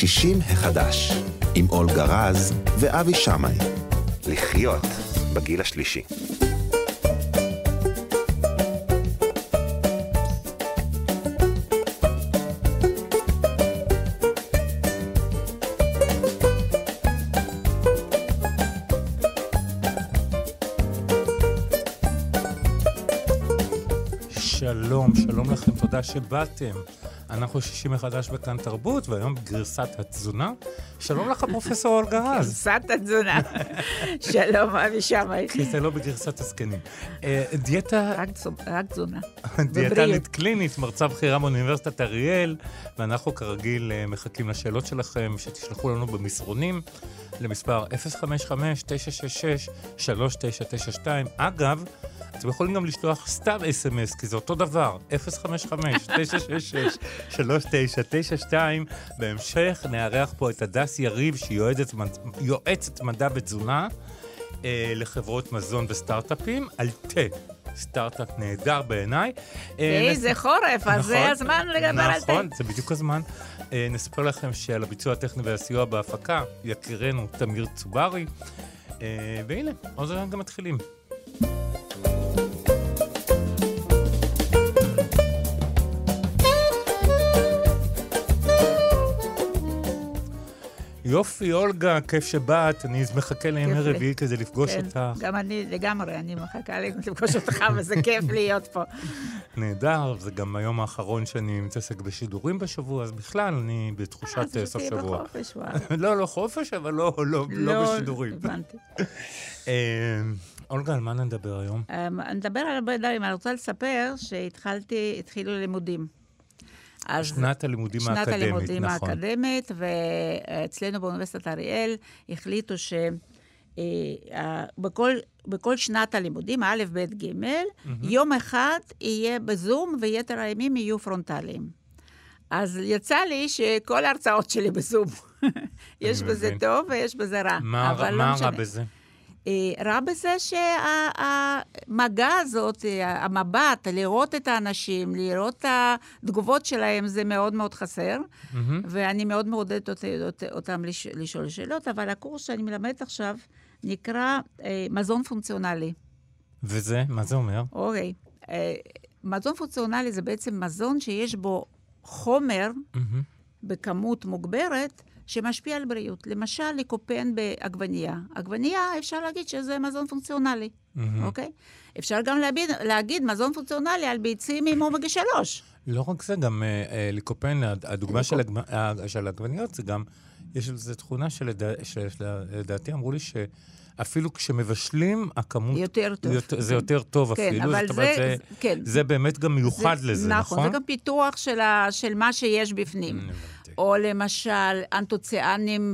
60 החדש, עם אולגה רז ואבי שמאי. לחיות בגיל השלישי. שלום, שלום לכם, תודה שבאתם. אנחנו 60 מחדש בכאן תרבות, והיום בגרסת התזונה. שלום לך, פרופסור אולגה רז. גרסת התזונה. שלום, אבי שמאי. כי זה לא בגרסת הסקנים. דיאטה... רק תזונה. דיאטנית קלינית, מרצה בכירה באוניברסיטת אריאל, ואנחנו כרגיל מחכים לשאלות שלכם, שתשלחו לנו במסרונים, למספר 055-966-3992. אגב, אתם יכולים גם לשלוח סתם SMS, כי זה אותו דבר, 055-966-3992. בהמשך נארח פה את הדס יריב, שהיא יועצת מדע ותזונה לחברות מזון וסטארט-אפים, על תה. סטארט-אפ נהדר בעיניי. זה חורף, אז זה הזמן לדבר על תה. נכון, זה בדיוק הזמן. נספר לכם שעל הביצוע הטכני והסיוע בהפקה, יכירנו תמיר צוברי. והנה, עוד גם מתחילים. יופי, אולגה, כיף שבאת, אני מחכה לימי רביעי כדי לפגוש אותך. גם אני לגמרי, אני מחכה לפגוש אותך, וזה כיף להיות פה. נהדר, זה גם היום האחרון שאני מתעסק בשידורים בשבוע, אז בכלל אני בתחושת סוף שבוע. בחופש, לא חופש, אבל לא בשידורים. הבנתי. אולגה, על מה נדבר היום? נדבר על הרבה דברים, אני רוצה לספר שהתחילו לימודים. שנת הלימודים האקדמית, נכון. שנת הלימודים האקדמית, ואצלנו באוניברסיטת אריאל החליטו שבכל שנת הלימודים, א', ב', ג', יום אחד יהיה בזום ויתר הימים יהיו פרונטליים. אז יצא לי שכל ההרצאות שלי בזום. יש בזה טוב ויש בזה רע. מה רע בזה? רע בזה שהמגע הזאת, המבט, לראות את האנשים, לראות את התגובות שלהם, זה מאוד מאוד חסר, ואני מאוד מעודדת אותם לשאול שאלות, אבל הקורס שאני מלמדת עכשיו נקרא מזון פונקציונלי. וזה? מה זה אומר? אוקיי. מזון פונקציונלי זה בעצם מזון שיש בו חומר בכמות מוגברת, שמשפיע על בריאות. למשל, לקופן בעגבנייה. עגבנייה, אפשר להגיד שזה מזון פונקציונלי. אוקיי? אפשר גם להגיד מזון פונקציונלי על ביצים עם אומגה 3. לא רק זה, גם לקופן, הדוגמה של העגבניות, זה גם, יש לזה תכונה שלדעתי אמרו לי אפילו כשמבשלים, הכמות... יותר טוב. זה יותר טוב אפילו. אבל זה באמת גם מיוחד לזה, נכון? נכון, זה גם פיתוח של מה שיש בפנים. או למשל, אנטוציאנים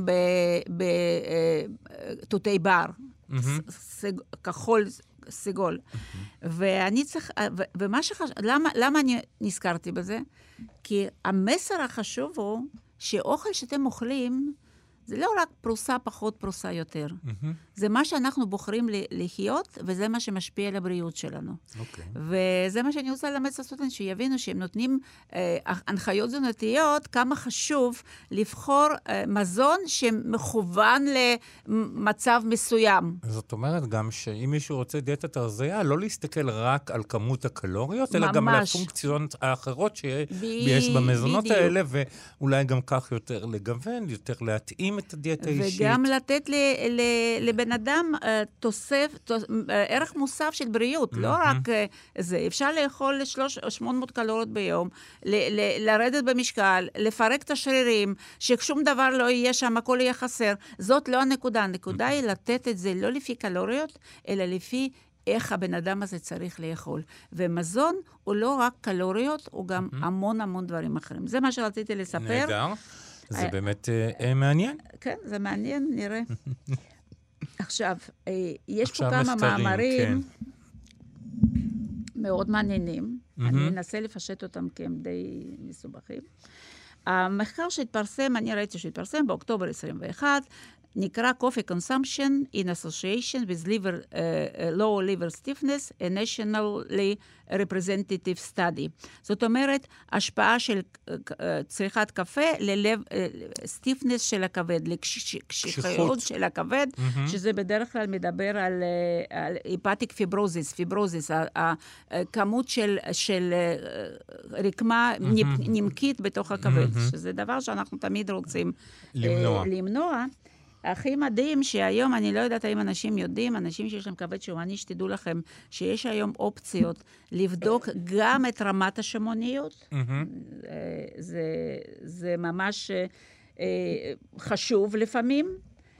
בתותי בר. כחול, סגול. ואני צריך... למה אני נזכרתי בזה? כי המסר החשוב הוא שאוכל שאתם אוכלים, זה לא רק פרוסה פחות, פרוסה יותר. זה מה שאנחנו בוחרים לחיות, וזה מה שמשפיע על הבריאות שלנו. וזה מה שאני רוצה ללמד סטודנטים, שיבינו שהם נותנים הנחיות תזונתיות, כמה חשוב לבחור מזון שמכוון למצב מסוים. זאת אומרת גם שאם מישהו רוצה דיאטת הרזייה, לא להסתכל רק על כמות הקלוריות, אלא גם על הפונקציות האחרות שיש במזונות האלה, ואולי גם כך יותר לגוון, יותר להתאים את הדיאטה האישית. וגם לתת לבן אדם ערך מוסף של בריאות, לא רק זה. אפשר לאכול 800 קלוריות ביום, לרדת במשקל, לפרק את השרירים, ששום דבר לא יהיה שם, הכל יהיה חסר. זאת לא הנקודה. הנקודה היא לתת את זה לא לפי קלוריות, אלא לפי איך הבן אדם הזה צריך לאכול. ומזון הוא לא רק קלוריות, הוא גם המון המון דברים אחרים. זה מה שרציתי לספר. נהדר. זה באמת מעניין. כן, זה מעניין, נראה. עכשיו, יש פה כמה מאמרים מאוד מעניינים. אני אנסה לפשט אותם כי הם די מסובכים. המחקר שהתפרסם, אני ראיתי שהתפרסם באוקטובר 21, נקרא Coffee Consumption in Association with Low Liver Stiffness, a Nationally Representative Study. זאת אומרת, השפעה של צריכת קפה ללב, סטיפנס של הכבד, לקשיחות של הכבד, שזה בדרך כלל מדבר על היפטיק פיברוזיס, הכמות של רקמה נמקית בתוך הכבד, שזה דבר שאנחנו תמיד רוצים למנוע. הכי מדהים שהיום, אני לא יודעת האם אנשים יודעים, אנשים שיש להם כבד שומני, שתדעו לכם שיש היום אופציות לבדוק גם את רמת השמוניות. זה ממש חשוב לפעמים,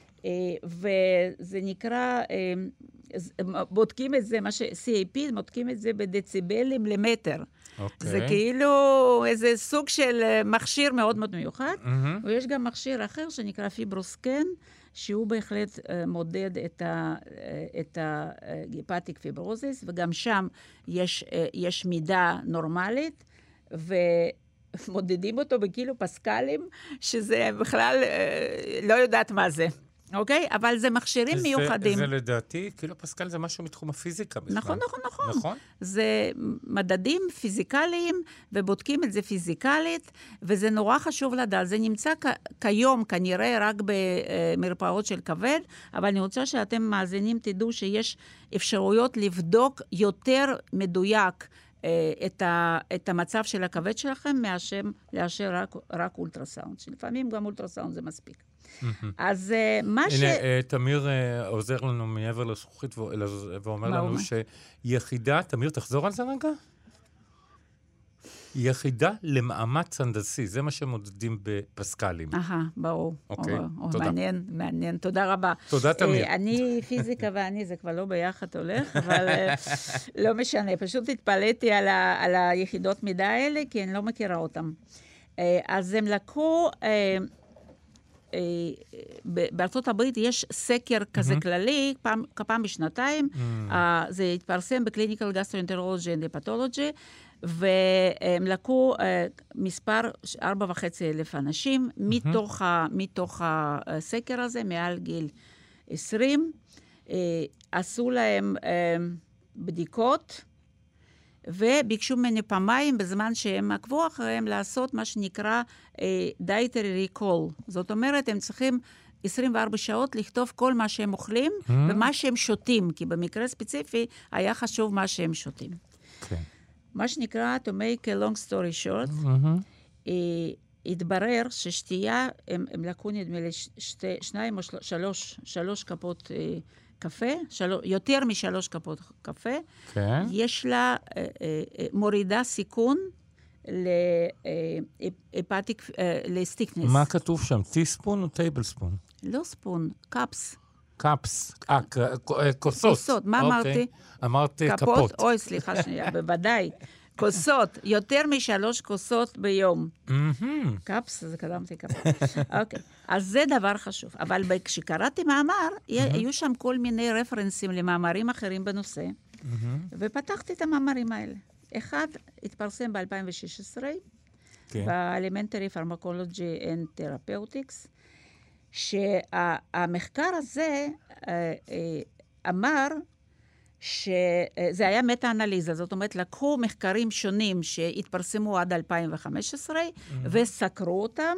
וזה נקרא, בודקים את זה, מה ש-CAP, בודקים את זה בדציבלים למטר. זה כאילו איזה סוג של מכשיר מאוד מאוד מיוחד, ויש גם מכשיר אחר שנקרא פיברוסקן, שהוא בהחלט מודד את ההיפטיק פיברוזיס, וגם שם יש מידה נורמלית, ומודדים אותו בקילו פסקלים, שזה בכלל לא יודעת מה זה. אוקיי? אבל זה מכשירים מיוחדים. זה לדעתי, קילו פסקל זה משהו מתחום הפיזיקה בכלל. נכון. זה מדדים פיזיקליים, ובודקים את זה פיזיקלית, וזה נורא חשוב לדעת. זה נמצא כיום, כנראה, רק במרפאות של כבד, אבל אני רוצה שאתם מאזינים, תדעו שיש אפשרויות לבדוק יותר מדויק את המצב של הכבד שלכם, לאשר רק אולטרסאונד. שלפעמים גם אולטרסאונד זה מספיק. אז מה הנה, תמיר עוזר לנו מעבר לזכוכית ואומר לנו שיחידה, תמיר, תחזור על זה רגע? יחידה למאמץ הנדסי, זה מה שמודדים בפסקלים. ברור. אוקיי, תודה. מעניין, תודה רבה. תודה, תמיר. אני פיזיקה ואני, זה כבר לא ביחד הולך, אבל לא משנה, פשוט התפלאתי על היחידות מידה האלה, כי אני לא מכירה אותם. אז הם לקחו... בארצות הברית יש סקר כזה כללי, פעם בשנתיים, זה התפרסם בקליניקל גסטרואנטרולוגי והפתולוגי, והם לקחו מספר 4,500 אנשים מתוך הסקר הזה, מעל גיל 20, עשו להם בדיקות, וביקשו ממני פעמיים, בזמן שהם עקבו אחריהם, לעשות מה שנקרא dietary recall. זאת אומרת, הם צריכים 24 שעות לכתוב כל מה שהם אוכלים, ומה שהם שותים, כי במקרה ספציפי היה חשוב מה שהם שותים. מה שנקרא, to make a long story short, התברר ששתייה, הם לקחו נדמה לי 2 או 3 כפות קפה, יותר מ3 כפות קפה, יש לה מורידה סיכון להיפטיק, לסטיקנס. מה כתוב שם? טיספון או טייבלספון? לא ספון, קאפס. קאפס, כוסות. כוסות, מה אמרתי? אמרתי כפות. אוי, סליחה שנייה, בוודאי. כוסות, יותר מ3 כוסות ביום. קאפס, זה קדמתי כפות. אוקיי, אז זה דבר חשוב. אבל כשקראתי מאמר, היו שם כל מיני רפרנסים למאמרים אחרים בנושא, ופתחתי את המאמרים האלה. אחד התפרסם ב-2016, ב-Elementary Pharmacology and Therapeutics, שהמחקר הזה אמר, שזה היה מטה-אנליזה, זאת אומרת, לקחו מחקרים שונים שהתפרסמו עד 2015, וסקרו אותם,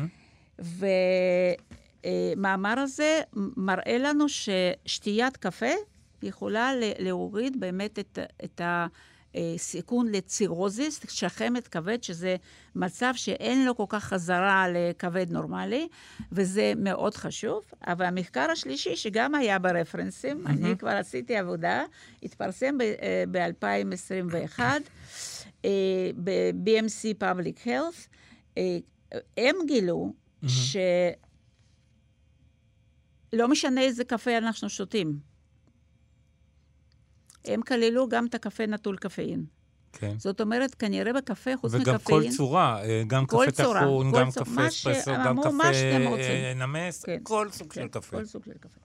ומאמר הזה מראה לנו ששתיית קפה יכולה להוריד באמת את סיכון לצירוזיס, שחמת כבד, שזה מצב שאין לו כל כך חזרה לכבד נורמלי, וזה מאוד חשוב. אבל המחקר השלישי, שגם היה ברפרנסים, אני כבר עשיתי עבודה, התפרסם ב-2021, ב-BMC Public Health, הם גילו שלא משנה איזה קפה אנחנו שותים, הם כללו גם את הקפה נטול קפאין. כן. זאת אומרת, כנראה בקפה, חוץ מקפאין... וגם כל צורה, גם קפה טחון, גם קפה אספרסו, גם קפה נמס, כל סוג של קפה. כל סוג של קפה.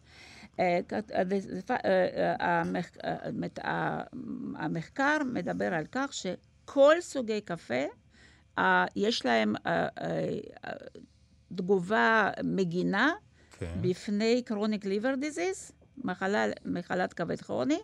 המחקר מדבר על כך שכל סוגי קפה, יש להם תגובה מגינה כן. בפני chronic liver disease, מחלת כבד כרוני,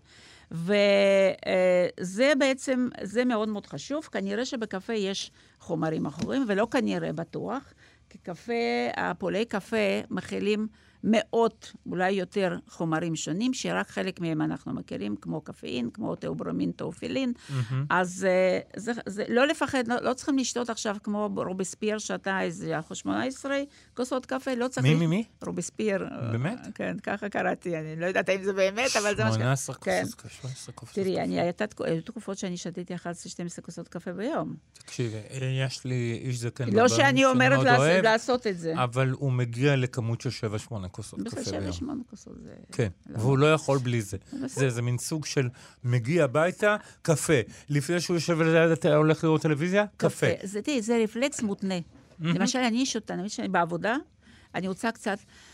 וזה בעצם, זה מאוד מאוד חשוב. כנראה שבקפה יש חומרים אחרים, ולא כנראה בטוח, כי הפולי קפה מכילים מאות, אולי יותר חומרים שונים, שרק חלק מהם אנחנו מכירים, כמו קפאין, כמו תאוברומין, תאופילין. אז זה לא לפחד, לא צריכים לשתות עכשיו כמו רובספיר, שאתה איזה 18 כוסות קפה, לא צריך... מי? רובספיר. באמת? כן, ככה קראתי, אני לא יודעת אם זה באמת, אבל זה מה 18 כוסות קפה. תראי, היו תקופות שאני שתיתי 11-12 כוסות קפה ביום. תקשיבי, יש לי איש זקן בבית, לא שאני אומרת לעשות את זה. אבל הוא מגיע לכמות של 7-8 כוסות קפה ביום. 7-8 כוסות זה... כן, והוא לא יכול בלי זה. זה מין סוג של מגיע הביתה, קפה. לפני שהוא יושב ליד, אתה הולך לראות טלוויזיה? קפה. זה רפלקס מותנה. למשל, אני שותה, שאני בעבודה, אני רוצה קצת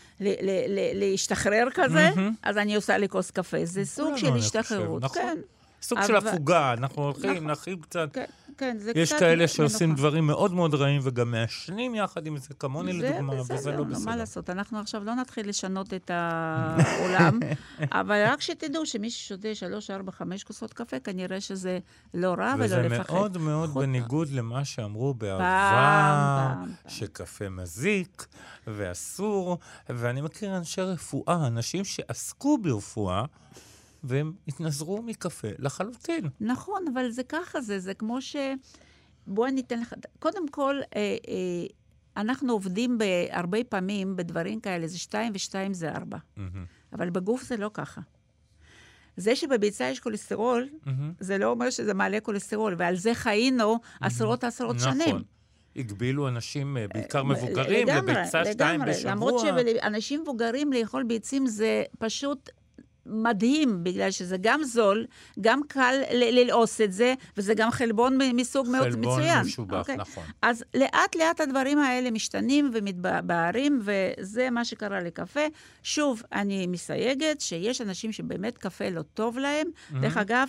להשתחרר כזה, אז אני עושה לי כוס קפה. זה סוג של השתחררות. כן. סוג של הפוגה, אנחנו הולכים, נחים קצת. כן, זה יש כאלה שעושים דברים מאוד מאוד רעים, וגם מעשנים יחד עם זה, כמוני לדוגמה, וזה לא בסדר. מה לעשות, אנחנו עכשיו לא נתחיל לשנות את העולם, אבל רק שתדעו שמי ששותה 3, 4, 5 כוסות קפה, כנראה שזה לא רע ולא לפחד. וזה מאוד מאוד בניגוד למה שאמרו בעבר, שקפה מזיק ואסור, ואני מכיר אנשי רפואה, אנשים שעסקו ברפואה, והם התנזרו מקפה לחלוטין. נכון, אבל זה ככה, זה כמו בוא ניתן לך... קודם כל, אנחנו עובדים הרבה פעמים בדברים כאלה, זה 2 ו2 זה 4. אבל בגוף זה לא ככה. זה שבביצה יש כולסטרול, זה לא אומר שזה מעלה כולסטרול, ועל זה חיינו עשרות שנים. נכון. הגבילו אנשים, בעיקר מבוגרים, לביצה 2 בשבוע. למרות שאנשים מבוגרים לאכול ביצים זה פשוט... מדהים, בגלל שזה גם זול, גם קל ללעוס את זה, וזה גם חלבון מסוג מאוד מצוין. חלבון משובח, נכון. אז לאט לאט הדברים האלה משתנים ומתבהרים, וזה מה שקרה לקפה. שוב, אני מסייגת שיש אנשים שבאמת קפה לא טוב להם. דרך אגב,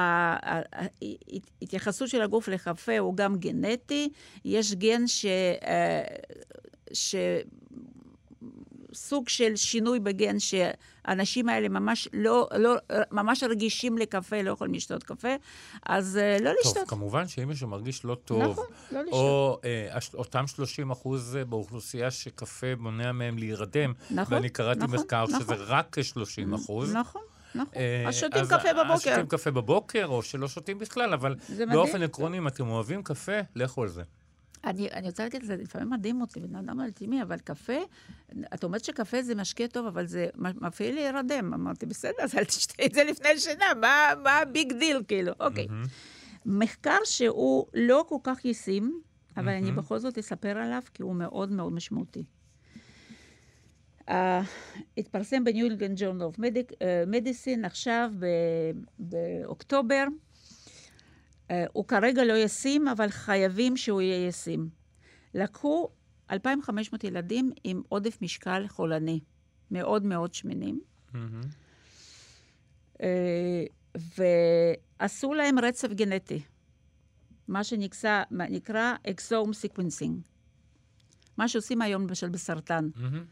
ההתייחסות של הגוף לקפה הוא גם גנטי. יש גן סוג של שינוי בגן שהאנשים האלה ממש רגישים לקפה, לא יכולים לשתות קפה, אז לא לשתות. טוב, כמובן שאם מישהו מרגיש לא טוב, נכון, לא לשתות. או אותם 30% באוכלוסייה שקפה מונע מהם להירדם, נכון, ואני קראתי נכון, מחקר נכון. שזה רק כ-30%. נכון. אז שותים קפה בבוקר. אז שותים קפה בבוקר, או שלא שותים בכלל, אבל באופן עקרוני, אם אתם אוהבים קפה, לכו על זה. אני רוצה להגיד, זה לפעמים מדהים אותי, בן אדם אלטימי, אבל קפה, את אומרת שקפה זה משקה טוב, אבל זה מפעיל להירדם. אמרתי, בסדר, אז אל תשתה את זה לפני שינה, מה הביג דיל, כאילו? אוקיי. מחקר שהוא לא כל כך ישים, אבל אני בכל זאת אספר עליו, כי הוא מאוד מאוד משמעותי. התפרסם בניו אינגלנד ג'ורנל אוף מדיסין, עכשיו באוקטובר, הוא כרגע לא ישים, אבל חייבים שהוא יהיה ישים. לקחו 2,500 ילדים עם עודף משקל חולני, מאוד מאוד שמנים, ועשו להם רצף גנטי, מה שנקרא exome sequencing. מה שעושים היום למשל בסרטן.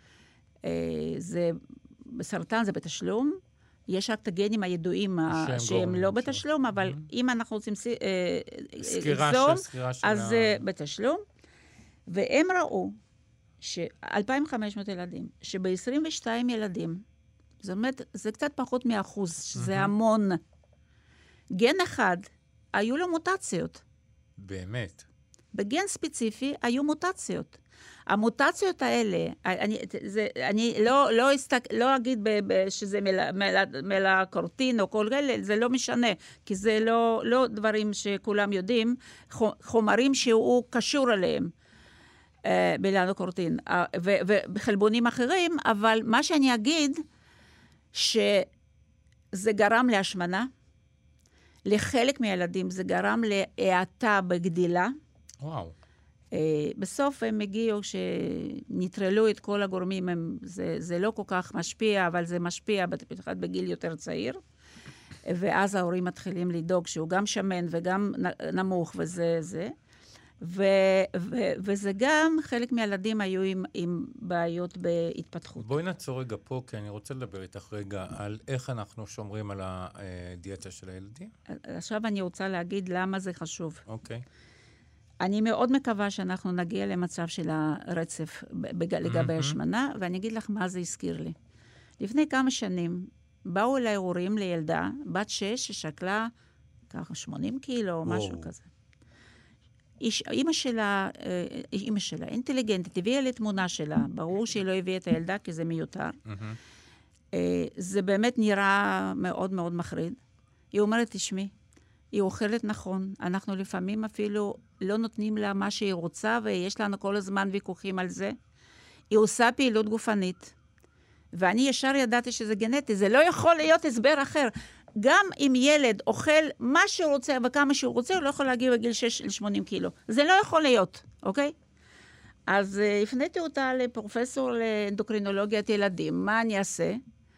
בסרטן זה בתשלום, יש רק את הגנים הידועים שהם לא בתשלום, אבל אם אנחנו רוצים אקסום, אז זה בתשלום. והם ראו ש-2,500 ילדים, שב-22 ילדים, זאת אומרת, זה קצת פחות מ1%, שזה המון. גן אחד, היו לו מוטציות. באמת. בגן ספציפי היו מוטציות. המוטציות האלה, אני לא אגיד שזה מלקורטין או כל אלה, זה לא משנה, כי זה לא דברים שכולם יודעים, חומרים שהוא קשור אליהם, בלנוקורטין, ובחלבונים אחרים, אבל מה שאני אגיד, שזה גרם להשמנה, לחלק מהילדים זה גרם להאטה בגדילה, וואו. בסוף הם הגיעו, שנטרלו את כל הגורמים, זה לא כל כך משפיע, אבל זה משפיע בגיל יותר צעיר, ואז ההורים מתחילים לדאוג שהוא גם שמן וגם נמוך וזה. וזה גם, חלק מהילדים היו עם בעיות בהתפתחות. בואי נעצור רגע פה, כי אני רוצה לדבר איתך רגע על איך אנחנו שומרים על הדיאטה של הילדים. עכשיו אני רוצה להגיד למה זה חשוב. אוקיי. אני מאוד מקווה שאנחנו נגיע למצב של הרצף לגבי השמנה, ואני אגיד לך מה זה הזכיר לי. לפני כמה שנים באו אליי הורים לילדה, בת 6, ששקלה ככה 80 קילו או משהו כזה. אמא שלה אינטליגנטית, הביאה לי תמונה שלה, ברור שהיא לא הביאה את הילדה כי זה מיותר. זה באמת נראה מאוד מאוד מחריד. היא אומרת, תשמעי, היא אוכלת נכון, אנחנו לפעמים אפילו לא נותנים לה מה שהיא רוצה, ויש לנו כל הזמן ויכוחים על זה. היא עושה פעילות גופנית, ואני ישר ידעתי שזה גנטי, זה לא יכול להיות הסבר אחר. גם אם ילד אוכל מה שהוא רוצה וכמה שהוא רוצה, הוא לא יכול להגיע בגיל 6 ל-80 קילו. זה לא יכול להיות, אוקיי? אז הפניתי אותה לפרופסור לאנדוקרינולוגיית ילדים. מה אני אעשה?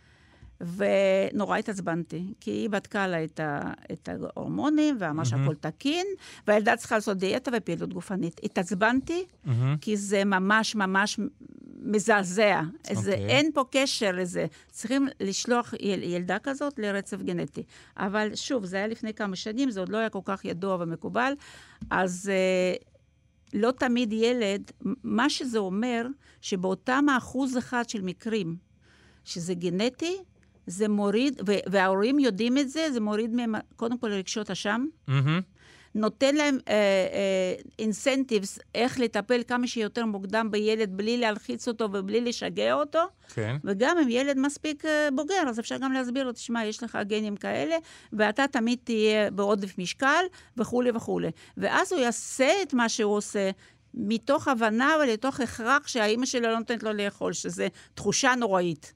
ונורא התעצבנתי, כי היא בדקה לה את ההורמונים, ואמרה שהכל תקין, והילדה צריכה לעשות דיאטה ופעילות גופנית. התעצבנתי, כי זה ממש ממש מזעזע. אין פה קשר לזה. צריכים לשלוח ילדה כזאת לרצף גנטי. אבל שוב, זה היה לפני כמה שנים, זה עוד לא היה כל כך ידוע ומקובל, אז לא תמיד ילד, מה שזה אומר, שבאותם 1% של מקרים, שזה גנטי, זה מוריד, וההורים יודעים את זה, זה מוריד מהם, קודם כל, רגשות אשם, נותן להם אינסנטיבס, איך לטפל כמה שיותר מוקדם בילד, בלי להלחיץ אותו ובלי לשגע אותו, וגם אם ילד מספיק בוגר, אז אפשר גם להסביר לו, תשמע, יש לך גנים כאלה, ואתה תמיד תהיה בעודף משקל, וכו' וכו'. ואז הוא יעשה את מה שהוא עושה, מתוך הבנה ולתוך הכרח שהאמא שלו לא נותנת לו לאכול, שזה תחושה נוראית.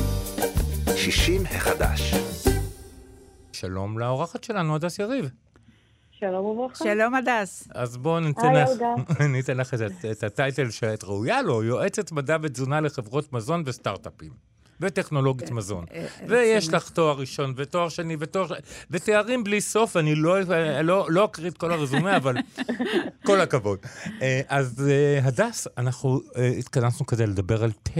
60 החדש. שלום לאורחת שלנו, הדס יריב. שלום וברכה. שלום הדס. אז בואו ניתן לך את הטייטל שאת ראויה לו, יועצת מדע ותזונה לחברות מזון וסטארט-אפים. וטכנולוגית מזון. ויש לך תואר ראשון ותואר שני ותארים בלי סוף, אני לא אקריא את כל הרזומה, אבל כל הכבוד. אז הדס, אנחנו התכנסנו כדי לדבר על תה.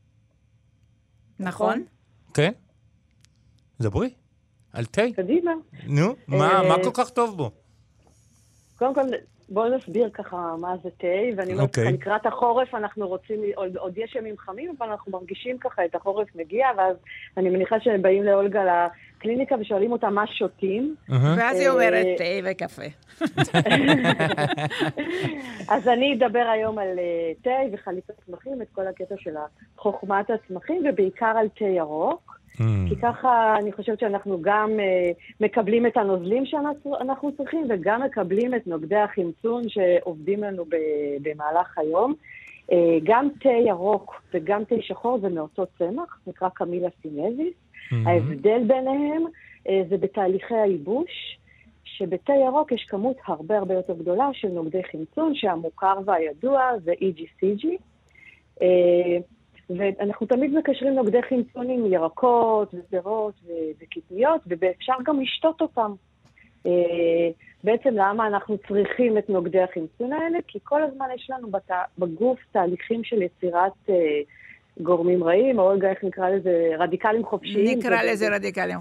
נכון? כן? דברי. על תה. קדימה. נו, מה כל כך טוב בו? קודם כל, בואו נסביר ככה מה זה תה, ואני אומרת, לקראת החורף אנחנו רוצים, עוד יש ימים חמים, אבל אנחנו מרגישים ככה את החורף מגיע, ואז אני מניחה שהם באים לאולגה לקליניקה ושואלים אותה מה שותים. ואז היא אומרת תה וקפה. אז אני אדבר היום על תה וחליפת צמחים, את כל הקטע של חוכמת הצמחים, ובעיקר על תה ירוק. כי ככה אני חושבת שאנחנו גם מקבלים את הנוזלים שאנחנו צריכים, וגם מקבלים את נוגדי החמצון שעובדים לנו במהלך היום. גם תה ירוק וגם תה שחור זה מאותו צמח, נקרא קמילה סינזיס. ההבדל ביניהם זה בתהליכי הייבוש, שבתה ירוק יש כמות הרבה הרבה יותר גדולה של נוגדי חמצון, שהמוכר והידוע זה EGCG. ואנחנו תמיד מקשרים נוגדי חמצון עם ירקות ופירות וקטניות, ואפשר גם לשתות אותם. בעצם למה אנחנו צריכים את נוגדי החמצון האלה? כי כל הזמן יש לנו בגוף תהליכים של יצירת גורמים רעים, או רגע איך נקרא לזה רדיקלים חופשיים. נקרא לזה רדיקלים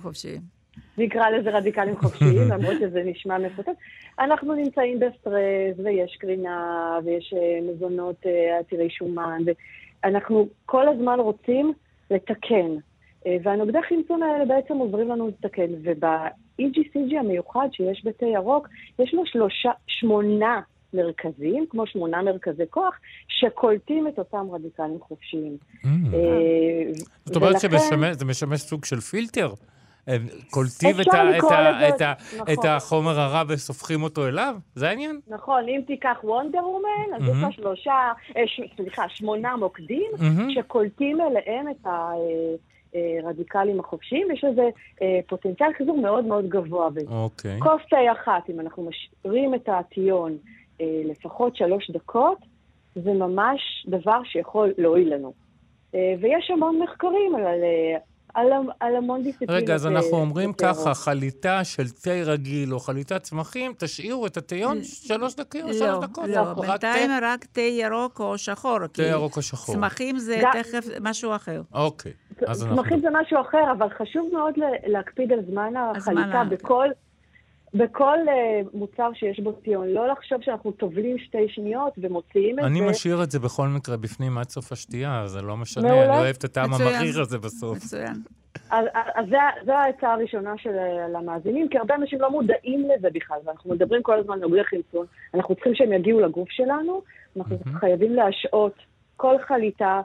חופשיים, למרות שזה נשמע מפותח. אנחנו נמצאים בסטרס, ויש קרינה, ויש מזונות עתירי שומן, אנחנו כל הזמן רוצים לתקן, והנוגדי חמצון האלה בעצם עוזרים לנו לתקן, וב-EGCG המיוחד שיש בתה ירוק, יש לו 8 מרכזים, כמו 8 מרכזי כוח, שקולטים את אותם רדיקלים חופשיים. זאת אומרת שזה משמש סוג של פילטר? קולטים את החומר הרע וסופחים אותו אליו? זה העניין? נכון, אם תיקח וונדר וומן, אז יש לה 8 מוקדים שקולטים אליהם את הרדיקלים החופשיים, יש לזה פוטנציאל חיזור מאוד מאוד גבוה. כוס תה אחת, אם אנחנו משאירים את הטיון לפחות 3 דקות, זה ממש דבר שיכול להועיל לנו. ויש המון מחקרים על המון דיסציפלינות. רגע, אז אנחנו אומרים ככה, חליטה של תה רגיל או חליטת צמחים, תשאירו את הטיון 3 דקות. לא, בינתיים רק תה ירוק או שחור. תה ירוק או שחור. צמחים זה תכף משהו אחר. אוקיי. צמחים זה משהו אחר, אבל חשוב מאוד להקפיד על זמן החליטה בכל מוצר שיש בו טיון. לא לחשוב שאנחנו טובלים 2 שניות ומוציאים את זה. אני משאיר את זה בכל מקרה בפנים עד סוף השתייה, זה לא משנה, אני אוהב את הטעם המריר הזה בסוף. מצוין. אז זו ההצעה הראשונה של המאזינים, כי הרבה אנשים לא מודעים לזה בכלל, ואנחנו מדברים כל הזמן על נוגדי חמצון, אנחנו צריכים שהם יגיעו לגוף שלנו, אנחנו חייבים להשעות כל חליטה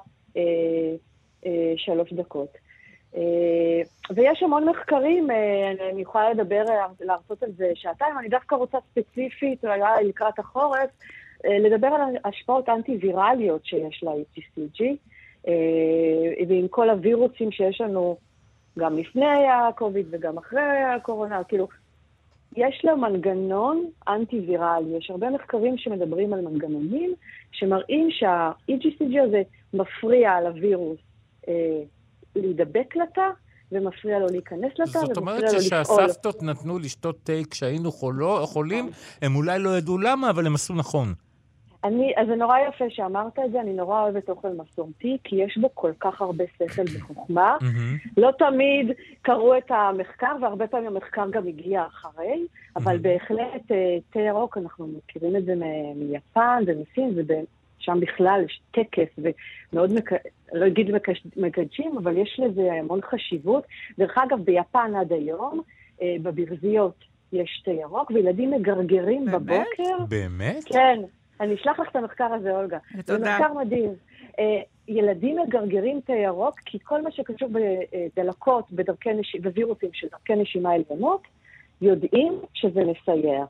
3 דקות. ויש המון מחקרים, אני יכולה להרצות על זה שעתיים, אני דווקא רוצה ספציפית, לקראת החורף, לדבר על השפעות אנטי-ויראליות שיש ל-HCG, ועם כל הווירוסים שיש לנו גם לפני הקוביד וגם אחרי הקורונה, כאילו, יש לו מנגנון אנטי-ויראלי. יש הרבה מחקרים שמדברים על מנגנונים, שמראים שה-HCG הזה מפריע לווירוס להידבק לתא, ומפריע לו להיכנס לתא, זאת אומרת שכשהסבתות נתנו לשתות תה כשהיינו חולים, הם אולי לא ידעו למה, אבל הם עשו נכון. אז זה נורא יפה שאמרת את זה, אני נורא אוהבת אוכל מסורתי, כי יש בו כל כך הרבה שכל וחוכמה. לא תמיד קראו את המחקר, והרבה פעמים המחקר גם הגיע אחרי, אבל בהחלט תה ירוק, אנחנו מכירים את זה מיפן ומסין, ושם בכלל יש טקס, ומאוד, לא אגיד מקדשים, אבל יש לזה המון חשיבות. דרך אגב, ביפן עד היום, בברזיות יש תה ירוק, וילדים מגרגרים בבוקר. באמת? כן. אני אשלח לך את המחקר הזה, אולגה. זה מחקר מדהים. ילדים מגרגרים תה ירוק, כי כל מה שקשור בדלקות, בווירוסים של דרכי נשימה עליונות, יודעים שזה מסייע.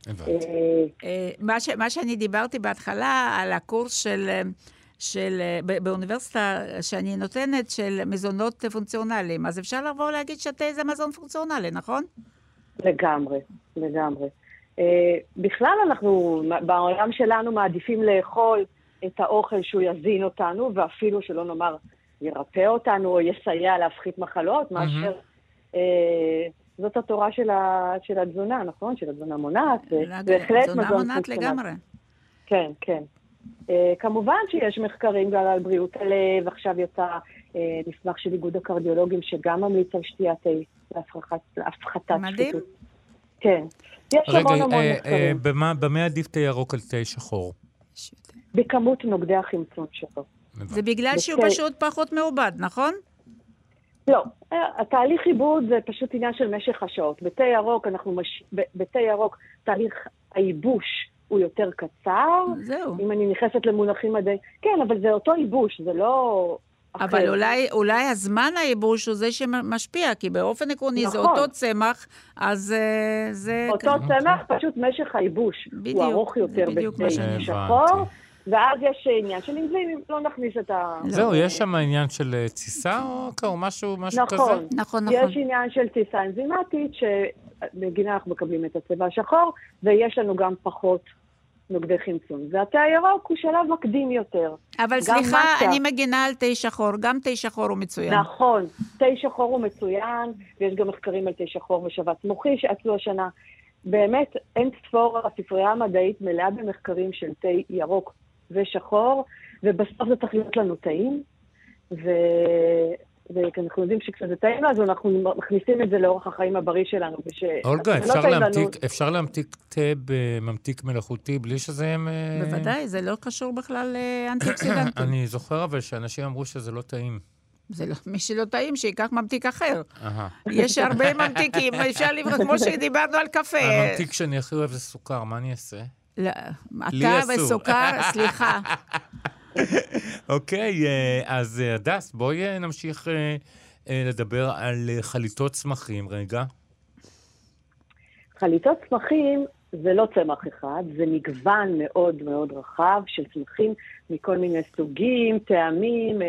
מה שאני דיברתי בהתחלה על הקורס באוניברסיטה שאני נותנת של מזונות פונקציונליים, אז אפשר לבוא להגיד שתה זה מזון פונקציונלי, נכון? לגמרי, לגמרי. בכלל אנחנו, בעולם שלנו מעדיפים לאכול את האוכל שהוא יזין אותנו, ואפילו שלא נאמר ירפא אותנו או יסייע להפחית מחלות, מאשר זאת התורה של התזונה, נכון? של התזונה מונעת. תזונה מונעת לגמרי. כן, כן. כמובן שיש מחקרים גם על בריאות הלב, עכשיו יצא מסמך של איגוד הקרדיולוגים שגם ממליץ על שתיית תה להפחתת שחיתות. כן. יש המון מחקרים. במה עדיף תה ירוק על תה שחור? בכמות נוגדי החמצון שלו. זה בגלל שהוא פשוט פחות מעובד, נכון? לא. התהליך עיבוד זה פשוט עניין של משך השעות. בתה ירוק תהליך הייבוש הוא יותר קצר. זהו. אם אני נכנסת למונחים מדעי. כן, אבל זה אותו ייבוש, זה לא אבל אולי הזמן הייבוש הוא זה שמשפיע, כי באופן עקרוני זה אותו צמח, אז זה... אותו צמח, פשוט משך הייבוש. הוא ארוך יותר בתה שחור, ואז יש עניין של אנזימים, לא נכניס את ה... זהו, יש שם עניין של תסיסה או משהו כזה? נכון. יש עניין של תסיסה אנזימטית, שבגינה אנחנו מקבלים את הצבע השחור, ויש לנו גם פחות נוגדי חמצון. והתה הירוק הוא שלב מקדים יותר. אבל סליחה, אני מגינה על תה שחור, גם תה שחור הוא מצוין. נכון, תה שחור הוא מצוין, ויש גם מחקרים על תה שחור ושבץ מוחי שעשו השנה. באמת, אין ספור, הספרייה המדעית מלאה במחקרים של תה ירוק ושחור, ובסוף זה צריך להיות לנו טעים, ואנחנו יודעים שכשזה טעים לו, אז אנחנו מכניסים את זה לאורך החיים הבריא שלנו. אולגה, אפשר להמתיק תה בממתיק מלאכותי בלי שזה... בוודאי, זה לא קשור בכלל לאנטי-אוקסידנטים. אני זוכר אבל שאנשים אמרו שזה לא טעים. מי שלא טעים, שיקח ממתיק אחר. יש הרבה ממתיקים, אפשר לבחור, כמו שדיברנו על קפה. הממתיק שאני הכי אוהב זה סוכר, מה אני אעשה? אתה וסוכר, סליחה. אוקיי, אז הדס, בואי נמשיך לדבר על חליטות צמחים, רגע. חליטות צמחים זה לא צמח אחד, זה מגוון מאוד מאוד רחב של צמחים מכל מיני סוגים, טעמים,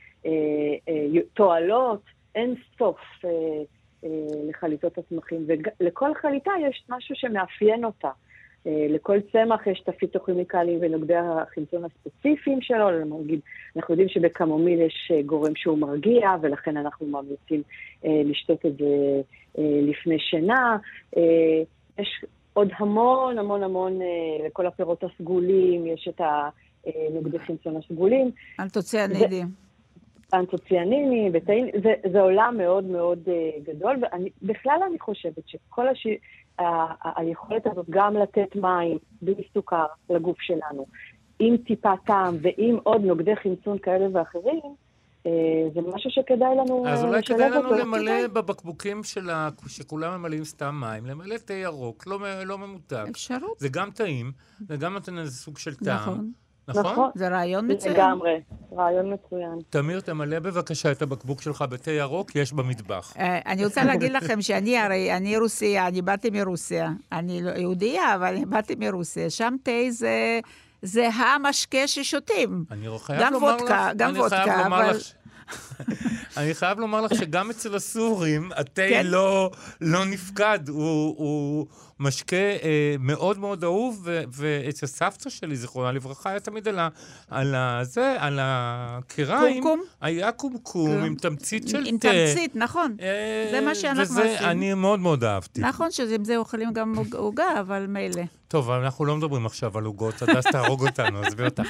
תועלות, אין סוף לחליטות הצמחים, ולכל חליטה יש משהו שמאפיין אותה. לכל צמח יש את הפיטוכימיקלים ונוגדי החמצון הספציפיים שלו, אנחנו יודעים שבקמומיל יש גורם שהוא מרגיע, ולכן אנחנו ממליצים לשתות את זה לפני שינה. יש עוד המון המון המון, לכל הפירות הסגולים, יש את הנוגדי חמצון הסגולים. אנטוציאנידים. אנטוציאנינים, זה עולם מאוד מאוד גדול, ובכלל אני חושבת שכל היכולת הזאת גם לתת מים בלי סוכר לגוף שלנו, עם טיפה טעם ועם עוד נוגדי חמצון כאלה ואחרים, זה משהו שכדאי לנו... אז אולי כדאי לנו למלא בבקבוקים שכולם ממלאים סתם מים, למלא תה ירוק, לא ממותק. אפשרות. זה גם טעים, זה גם נותן איזה סוג של טעם. נכון. זה רעיון מצוין. לגמרי, רעיון מצוין. תמיר, תמלא בבקשה את הבקבוק שלך בתה ירוק, יש במטבח. אני רוצה להגיד לכם אני רוסיה, אני באתי מרוסיה. אני לא יהודיה, אבל אני באתי מרוסיה. שם תה זה המשקה ששותים. גם וודקה, אבל... אני חייב לומר לך שגם אצל הסורים, התה לא נפקד, הוא משקה מאוד מאוד אהוב, ואצל סבתא שלי, זכרונה לברכה, היה תמיד על הקיריים, היה קומקום עם תמצית של תה. עם תמצית, נכון. זה מה שאנחנו עושים. וזה אני מאוד מאוד אהבתי. נכון שעם זה אוכלים גם עוגה, אבל מילא. טוב, אבל אנחנו לא מדברים עכשיו על עוגות, הדס תהרוג אותנו, עזבי אותך.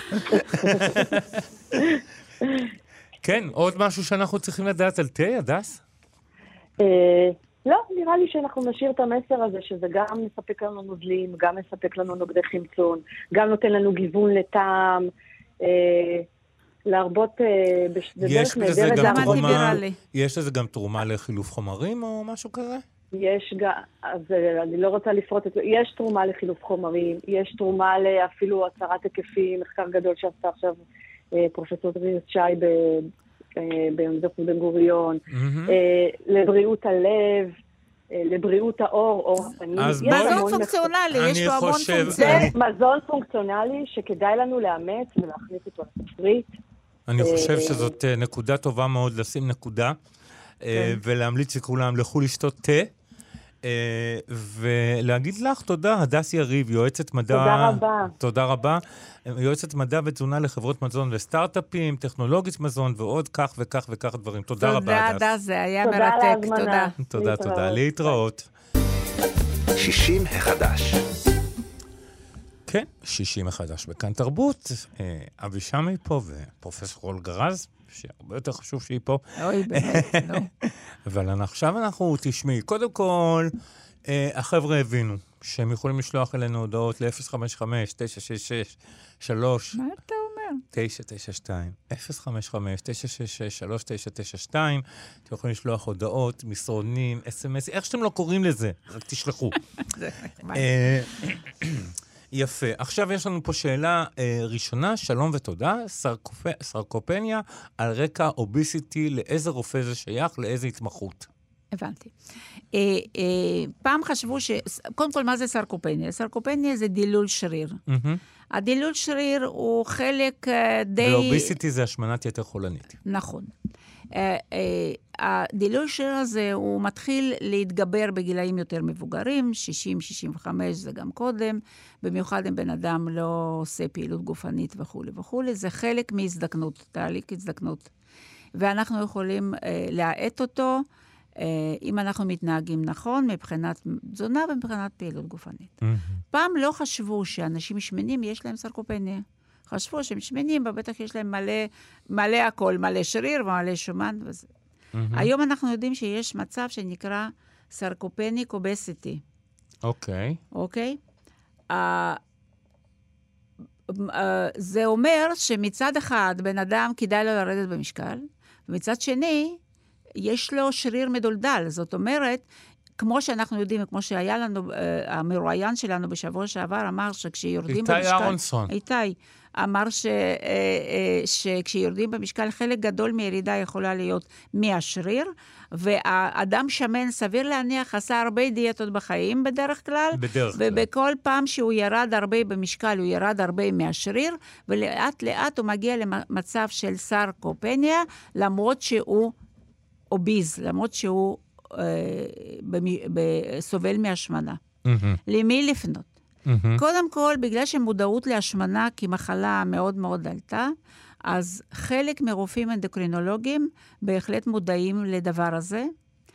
כן, עוד משהו שאנחנו צריכים לדעת על תה, הדס? לא, נראה לי שאנחנו נשאיר את המסר הזה, שזה גם מספק לנו נוזלים, גם מספק לנו נוגדי חמצון, גם נותן לנו גיוון לטעם, להרבות בדרך נהדרת. יש לזה גם תרומה לחילוף חומרים או משהו כזה? יש גם, אז אני לא רוצה לפרוט את זה, יש תרומה לחילוף חומרים, יש תרומה אפילו הצהרת היקפים, מחקר גדול שעשתה עכשיו פרופסור ריס שי באוניברסיטת בן גוריון, לבריאות הלב, לבריאות העור, אור הפנים. מזון פונקציונלי, יש פה המון פונקציונלי. מזון פונקציונלי שכדאי לנו לאמץ ולהכניס אותו לתפריט. אני חושב שזאת נקודה טובה מאוד לשים נקודה, ולהמליץ לכולם לכו לשתות תה, ולהגיד לך תודה, הדס יריב, יועצת מדע... תודה רבה. תודה רבה. יועצת מדע ותזונה לחברות מזון וסטארט-אפים, טכנולוגית מזון ועוד כך וכך וכך דברים. תודה רבה, הדס. תודה, הדס, זה היה מרתק. תודה. תודה, תודה. להתראות. 60 החדש. כן, 60 החדש בכאן תרבות. אבי שמי פה ופרופסור אולגה רז, שהרבה יותר חשוב שהיא פה. אוי, באמת, לא. אבל עכשיו אנחנו תשמעי. קודם כל, החבר'ה הבינו שהם יכולים לשלוח אלינו הודעות ל-055-966-3. מה אתה אומר? 992, 055-966-3992. אתם יכולים לשלוח הודעות, מסרונים, אס-אם-אס, איך שאתם לא קוראים לזה, רק תשלחו. יפה. עכשיו יש לנו פה שאלה ראשונה, שלום ותודה, סרקופניה על רקע אוביסיטי, לאיזה רופא זה שייך, לאיזה התמחות? הבנתי. פעם חשבו קודם כל, מה זה סרקופניה? סרקופניה זה דילול שריר. הדילול שריר הוא חלק די... ואוביסיטי זה השמנת יתר חולנית. נכון. הדילול שריר הזה הוא מתחיל להתגבר בגילאים יותר מבוגרים, 60-65 זה גם קודם, במיוחד אם בן אדם לא עושה פעילות גופנית וכו' וכו', זה חלק מהזדקנות, תהליך הזדקנות. ואנחנו יכולים להאט אותו, אם אנחנו מתנהגים נכון, מבחינת תזונה ומבחינת פעילות גופנית. פעם לא חשבו שאנשים שמנים יש להם סרקופניה. חשבו שהם שמנים, בטח יש להם מלא הכל, מלא שריר ומלא שומן וזה. היום אנחנו יודעים שיש מצב שנקרא סרקופניק אובסיטי. אוקיי. אוקיי? זה אומר שמצד אחד בן אדם כדאי לו לרדת במשקל, ומצד שני יש לו שריר מדולדל. זאת אומרת, כמו שאנחנו יודעים, כמו שהיה לנו, המרואיין שלנו בשבוע שעבר אמר שכשיורדים במשקל... איתי אהרונסון. איתי אמר שכשיורדים במשקל, חלק גדול מירידה יכולה להיות מהשריר, והאדם שמן, סביר להניח, עשה הרבה דיאטות בחיים בדרך כלל. בדרך כלל. ובכל פעם שהוא ירד הרבה במשקל, הוא ירד הרבה מהשריר, ולאט לאט הוא מגיע למצב של סרקופניה, למרות שהוא אוביז, למרות שהוא סובל מהשמנה. למי לפנות? קודם כל, בגלל שמודעות להשמנה כמחלה מאוד מאוד עלתה, אז חלק מרופאים אנדוקרינולוגים בהחלט מודעים לדבר הזה,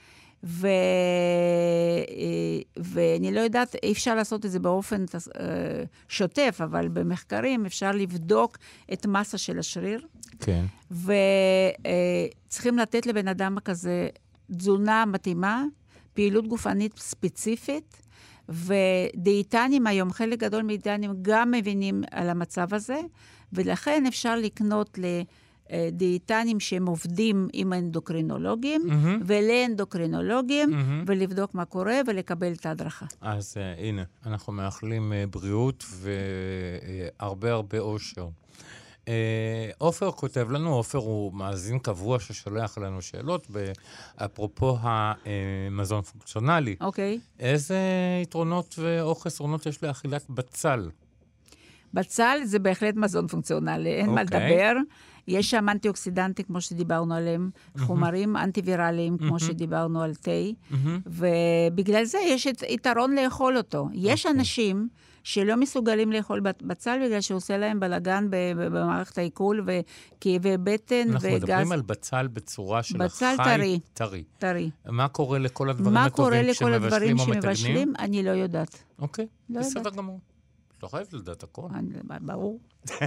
ואני לא יודעת, אי אפשר לעשות את זה באופן שוטף, אבל במחקרים אפשר לבדוק את מסה של השריר. כן. וצריכים לתת לבן אדם כזה תזונה מתאימה, פעילות גופנית ספציפית, ודיאטנים היום, חלק גדול מדיאטנים גם מבינים על המצב הזה, ולכן אפשר לקנות לדיאטנים שהם עובדים עם אנדוקרינולוגים, ולאנדוקרינולוגים, ולבדוק מה קורה, ולקבל את ההדרכה. אז הנה, אנחנו מאחלים בריאות והרבה הרבה אושר. עופר כותב לנו, עופר הוא מאזין קבוע ששולח לנו שאלות, אפרופו המזון פונקציונלי. אוקיי. איזה יתרונות או חסרונות יש לאכילת בצל? בצל זה בהחלט מזון פונקציונלי, אין מה לדבר. יש שם אנטי-אוקסידנטים, כמו שדיברנו עליהם, חומרים אנטי-וירליים, כמו שדיברנו על תה, ובגלל זה יש יתרון לאכול אותו. יש אנשים שלא מסוגלים לאכול בצל, בגלל שעושה להם בלגן במערכת העיכול, וכאבי בטן וגז. אנחנו מדברים על בצל בצורה של בצל החי טרי. מה קורה לכל הדברים הטובים שמבשלים או מתגנים? אני לא יודעת. אוקיי, בסדר גמור. לא חייבת לדעת הכל. ברור.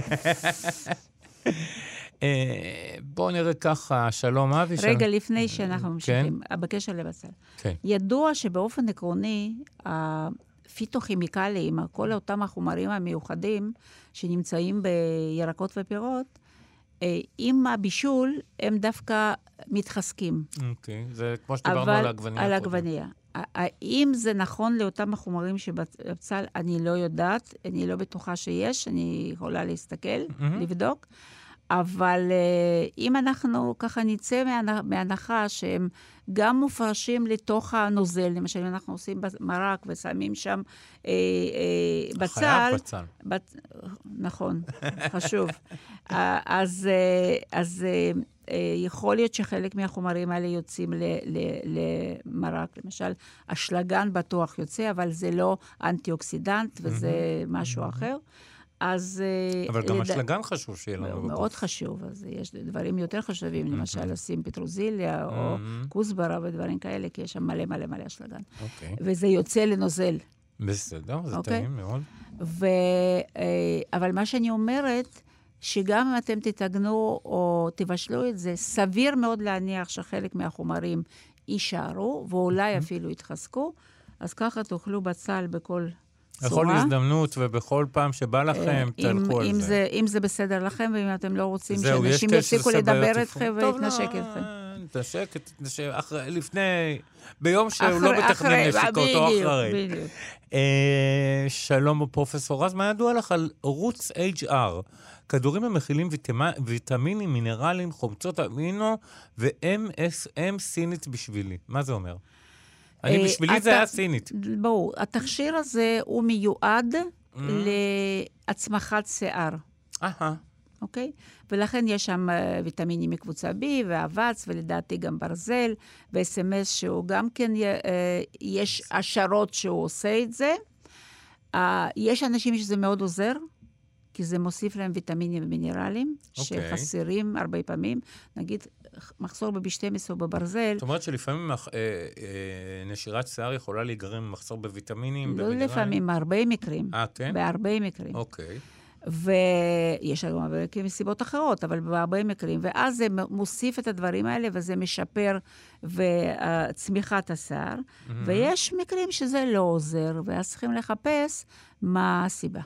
בואו נראה ככה, שלום אבי. רגע, לפני שאנחנו ממשיכים, בקשר לבצל. ידוע שבאופן עקרוני, הפיתוכימיקליים, כל אותם החומרים המיוחדים שנמצאים בירקות ופירות, עם הבישול הם דווקא מתחזקים. אוקיי, זה כמו שדיברנו על העגבנייה. על העגבנייה. האם זה נכון לאותם החומרים שבצל, אני לא יודעת, אני לא בטוחה שיש, אני יכולה להסתכל, לבדוק, אבל אם אנחנו ככה נצא מהנחה שהם גם מופרשים לתוך הנוזל, למשל אם אנחנו עושים מרק ושמים שם בצל. חייב בצל. נכון, חשוב. אז יכול להיות שחלק מהחומרים האלה יוצאים למרק. למשל, אשלגן בטוח יוצא, אבל זה לא אנטי-אוקסידנט, וזה משהו אחר. אבל גם אשלגן חשוב שיהיה לנו בגוף. מאוד חשוב, אז יש דברים יותר חשובים, למשל לשים פטרוזיליה או כוסברה ודברים כאלה, כי יש שם מלא מלא מלא אשלגן. וזה יוצא לנוזל. בסדר, זה טעים מאוד. אבל מה שאני אומרת, שגם אם אתם תתגנו או תבשלו את זה, סביר מאוד להניח שחלק מהחומרים יישארו, ואולי אפילו יתחזקו, אז ככה תאכלו בצל בכל צורה. בכל הזדמנות ובכל פעם שבא לכם, תלכו על זה. אם זה בסדר לכם, ואם אתם לא רוצים שאנשים יפסיקו לדבר אתכם ולהתנשק אתכם. תתנשק, לפני, ביום שהוא לא מתכנן נשיקות או אחרי. בדיוק. שלום פרופסור רז, מה ידוע לך על רוץ HR? כדורים המכילים ויטמינים, מינרלים, חומצות אמינו ו-MSM סינית בשבילי. מה זה אומר? בשבילי זה היה סינית. ברור. התכשיר הזה הוא מיועד להצמחת שיער. אוקיי? ולכן יש שם ויטמינים מקבוצה B ואבץ, ולדעתי גם ברזל, ו-SMS שהוא גם כן, יש השערות שהוא עושה את זה. יש אנשים שזה מאוד עוזר, כי זה מוסיף להם ויטמינים ומינרלים, שחסרים הרבה פעמים. נגיד, מחסור ב-B12 או בברזל. זאת אומרת שלפעמים נשירת שיער יכולה להיגרם מחסור בוויטמינים, לא לפעמים, בהרבה מקרים. כן? בהרבה מקרים. אוקיי. ויש גם מסיבות אחרות, אבל בהרבה מקרים. ואז זה מוסיף את הדברים האלה, וזה משפר צמיחת השיער. ויש מקרים שזה לא עוזר, ואז צריכים לחפש מה הסיבה.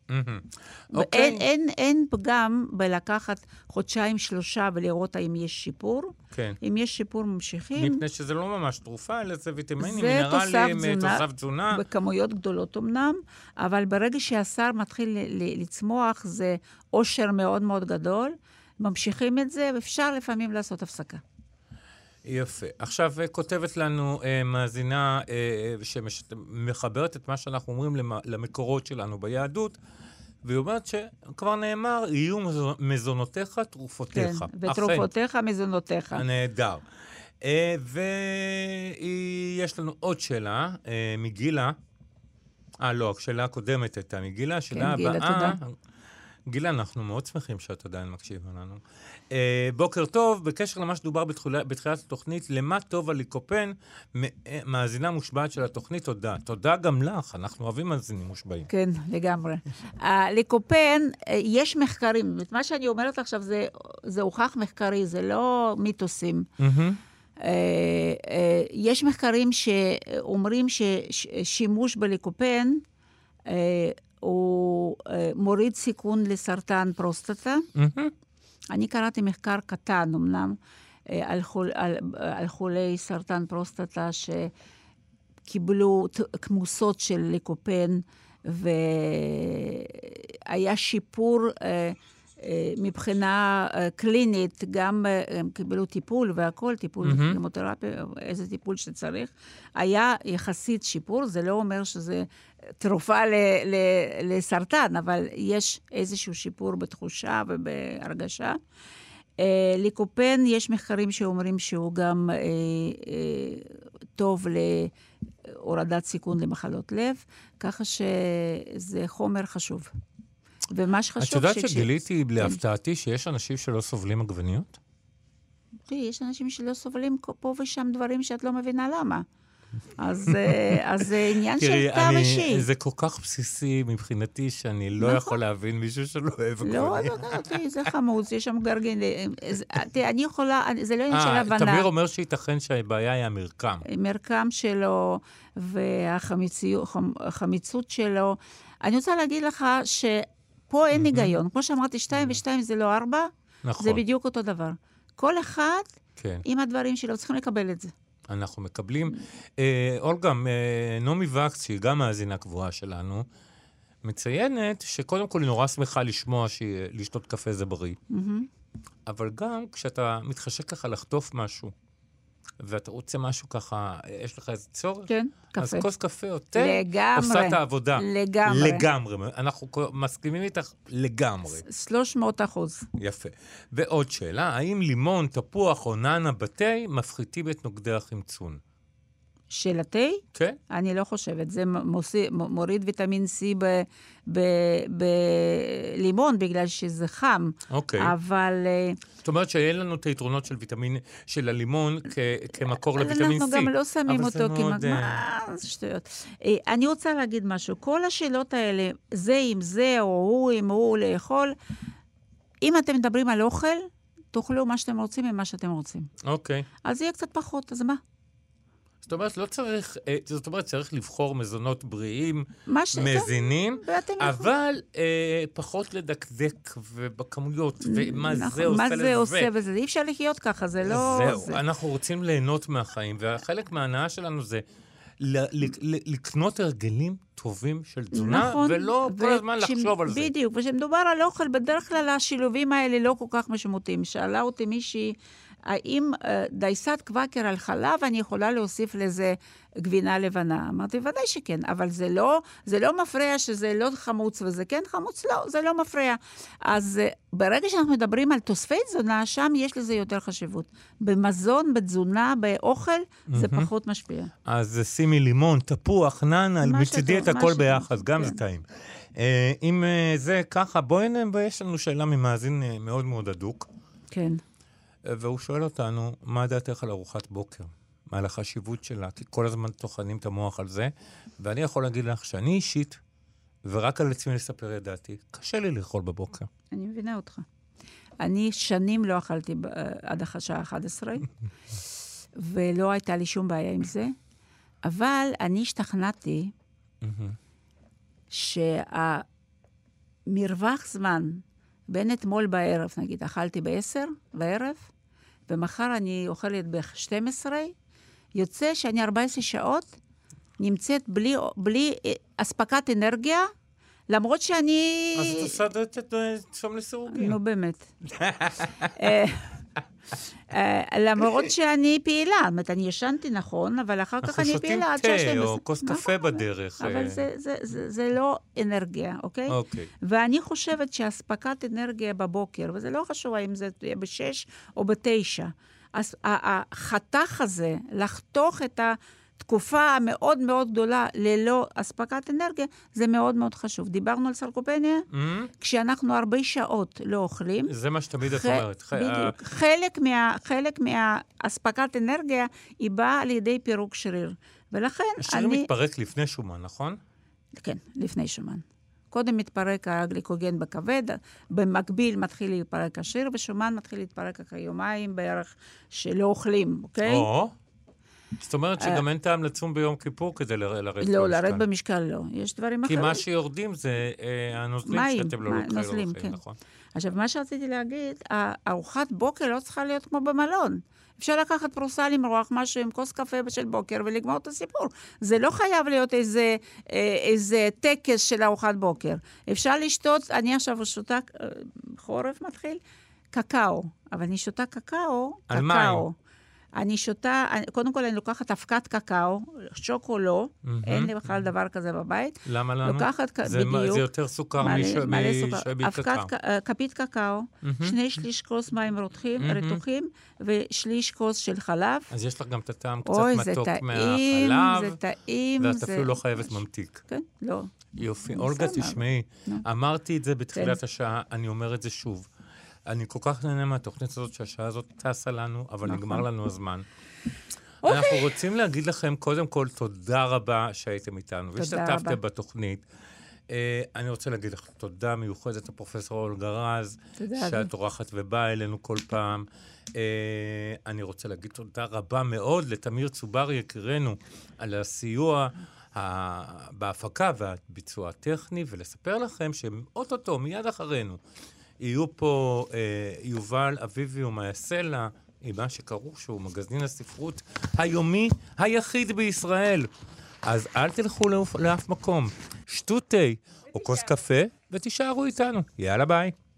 אין פגם בלקחת חודשיים, 3 ולראות האם יש שיפור. אם יש שיפור ממשיכים. מפני שזה לא ממש תרופה, אלא זה ויטמינים, מינרלים, תוסף תזונה. בכמויות גדולות אמנם, אבל ברגע שהשיער מתחיל לצמוח, זה עושר מאוד מאוד גדול. ממשיכים את זה, ואפשר לפעמים לעשות הפסקה. יפה. עכשיו כותבת לנו מאזינה שמחברת את מה שאנחנו אומרים למקורות שלנו ביהדות, והיא אומרת שכבר נאמר, יהיו מזונותיך, תרופותיך. כן, ותרופותיך, מזונותיך. נהדר. ויש לנו עוד שאלה, מגילה. לא, השאלה הקודמת הייתה מגילה, השאלה הבאה... גילה, אנחנו מאוד שמחים שאת עדיין מקשיבה לנו. בוקר טוב, בקשר למה שדובר בתחילת התוכנית, למה טוב הליקופן, מאזינה מושבעת של התוכנית, תודה. תודה גם לך, אנחנו אוהבים מאזינים מושבעים. כן, לגמרי. הליקופן, יש מחקרים, מה שאני אומרת עכשיו זה הוכח מחקרי, זה לא מיתוסים. יש מחקרים שאומרים ששימוש בליקופן, הוא מוריד סיכון לסרטן פרוסטטה. אני קראתי מחקר קטן, אמנם, על חולי סרטן פרוסטטה שקיבלו כמוסות של ליקופן, והיה שיפור מבחינה קלינית, גם הם קיבלו טיפול והכל, טיפול כימותרפיה, איזה טיפול שצריך. היה יחסית שיפור, זה לא אומר שזה תרופה לסרטן, אבל יש איזשהו שיפור בתחושה ובהרגשה. ליקופן, יש מחקרים שאומרים שהוא גם טוב להורדת סיכון למחלות לב, ככה שזה חומר חשוב. ומה שחשוב... את יודעת שגיליתי להפתעתי שיש אנשים שלא סובלים עגבניות? יש אנשים שלא סובלים פה ושם דברים שאת לא מבינה למה. אז זה עניין של טעם אישי. זה כל כך בסיסי מבחינתי שאני לא יכול להבין מישהו שלא אוהב עגבניה. לא, זה חמוץ, יש שם גרגן. אני יכולה, זה לא עניין של הבנה. תמיר אומר שייתכן שהבעיה היא המרקם. המרקם שלו והחמיצות שלו. אני רוצה להגיד לך שפה אין היגיון. כמו שאמרתי, 2 ו-2 זה לא 4, זה בדיוק אותו דבר. כל אחד עם הדברים שלו צריכים לקבל את זה. אנחנו מקבלים. אולגה, נעמי וקס, שהיא גם מאזינה קבועה שלנו, מציינת שקודם כל היא נורא שמחה לשמוע לשתות קפה זה בריא. אבל גם כשאתה מתחשק לך לחטוף משהו, ואתה רוצה משהו ככה, יש לך איזה צורך? כן, קפה. אז כוס קפה או תה, עושה את העבודה. לגמרי. אנחנו מסכימים איתך לגמרי. 300%. יפה. ועוד שאלה, האם לימון, תפוח או ננה בתה מפחיתים את נוגדי החמצון? של התה? כן. אני לא חושבת. זה מוריד ויטמין C בלימון, בגלל שזה חם. אוקיי. אבל... זאת אומרת שאין לנו את היתרונות של ויטמין, של הלימון כמקור לויטמין C. אנחנו גם לא שמים אותו כמעט... זה שטויות. אני רוצה להגיד משהו. כל השאלות האלה, זה עם זה, או הוא עם הוא לאכול, אם אתם מדברים על אוכל, תאכלו מה שאתם רוצים עם מה שאתם רוצים. אוקיי. אז יהיה קצת פחות, אז מה? זאת אומרת, צריך לבחור מזונות בריאים, מזינים, אבל פחות לדקדק ובכמויות, ומה זה עושה לזה. מה זה עושה וזה, אי אפשר לחיות ככה, זה לא... זהו, אנחנו רוצים ליהנות מהחיים, וחלק מההנאה שלנו זה לקנות הרגלים טובים של תזונה, ולא כל הזמן לחשוב על זה. בדיוק, וכשמדובר על אוכל, בדרך כלל השילובים האלה לא כל כך משמעותיים. שאלה אותי מישהי, האם דייסת קוואקר על חלב, אני יכולה להוסיף לזה גבינה לבנה? אמרתי, ודאי שכן, אבל זה לא מפריע שזה לא חמוץ, וזה כן חמוץ, לא, זה לא מפריע. אז ברגע שאנחנו מדברים על תוספי תזונה, שם יש לזה יותר חשיבות. במזון, בתזונה, באוכל, זה פחות משפיע. אז שימי לימון, תפוח, ננה, מצידי את הכל ביחד, גם זה טעים. אם זה ככה, בואי יש לנו שאלה ממאזין מאוד מאוד הדוק. כן. והוא שואל אותנו, מה דעתך על ארוחת בוקר? על החשיבות שלה? כי כל הזמן טוחנים את המוח על זה, ואני יכול להגיד לך שאני אישית, ורק על עצמי לספר את דעתי, קשה לי לאכול בבוקר. אני מבינה אותך. אני שנים לא אכלתי עד השעה 11, ולא הייתה לי שום בעיה עם זה, אבל אני השתכנעתי שהמרווח זמן בין אתמול בערב, נגיד, אכלתי ב-10 בערב, ומחר אני אוכלת ב-12, יוצא שאני 14 שעות נמצאת בלי אספקת אנרגיה, למרות שאני... אז את עושה את שום לסירוגין. נו, באמת. למרות שאני פעילה, זאת אומרת, אני ישנתי נכון, אבל אחר כך אני פעילה עד שתים תה או כוס קפה בדרך. אבל זה לא אנרגיה, אוקיי? אוקיי. ואני חושבת שהספקת אנרגיה בבוקר, וזה לא חשוב אם זה יהיה ב-6 או ב-9, אז החתך הזה, לחתוך את תקופה מאוד מאוד גדולה ללא אספקת אנרגיה, זה מאוד מאוד חשוב. דיברנו על סרקופניה, כשאנחנו הרבה שעות לא אוכלים. זה מה שתמיד את אומרת. בדיוק. חלק מהאספקת אנרגיה היא באה על ידי פירוק שריר. ולכן השריר מתפרק לפני שומן, נכון? כן, לפני שומן. קודם מתפרק הגליקוגן בכבד, במקביל מתחיל להתפרק השריר, ושומן מתחיל להתפרק אחרי יומיים בערך שלא אוכלים, אוקיי? זאת אומרת שגם אין טעם לצום ביום כיפור כדי לרד במשקל. לא, לרד במשקל לא. יש דברים אחרים. כי מה שיורדים זה הנוזלים שאתם לא לוקחים, נכון? עכשיו, מה שרציתי להגיד, ארוחת בוקר לא צריכה להיות כמו במלון. אפשר לקחת פרוסה למרוח משהו עם כוס קפה של בוקר ולגמור את הסיפור. זה לא חייב להיות איזה טקס של ארוחת בוקר. אפשר לשתות, אני עכשיו שותה, חורף מתחיל, קקאו. אבל אני שותה קקאו. על מים. אני שותה, קודם כל אני לוקחת אבקת קקאו, שוקו לא, אין לי בכלל דבר כזה בבית. למה לנו? לוקחת, זה יותר סוכר משביל קקאו. כפית קקאו, 2/3 כוס מים רתוחים, ושליש כוס של חלב. אז יש לך גם את הטעם קצת מתוק מהחלב. זה טעים. ואת אפילו לא חייבת ממתיק. כן, לא. יופי. אולגה, תשמעי, אמרתי את זה בתחילת השעה, אני אומר את זה שוב. אני כל כך נהנה מהתוכנית הזאת, שהשעה הזאת טסה לנו, אבל נגמר לנו הזמן. אנחנו רוצים להגיד לכם, קודם כל, תודה רבה שהייתם איתנו, והשתתפתם בתוכנית. אני רוצה להגיד לך תודה מיוחדת לפרופסור אולגה רז, שאת אורחת ובאה אלינו כל פעם. אני רוצה להגיד תודה רבה מאוד לתמיר צובר יקירנו, על הסיוע בהפקה והביצוע הטכני, ולספר לכם שאוטוטו, מיד אחרינו, יהיו פה יובל אביבי ומייסלה, עם מה שקראו שהוא מגזין הספרות היומי היחיד בישראל. אז אל תלכו לאף מקום, שתו תה או כוס קפה ותישארו איתנו. יאללה ביי.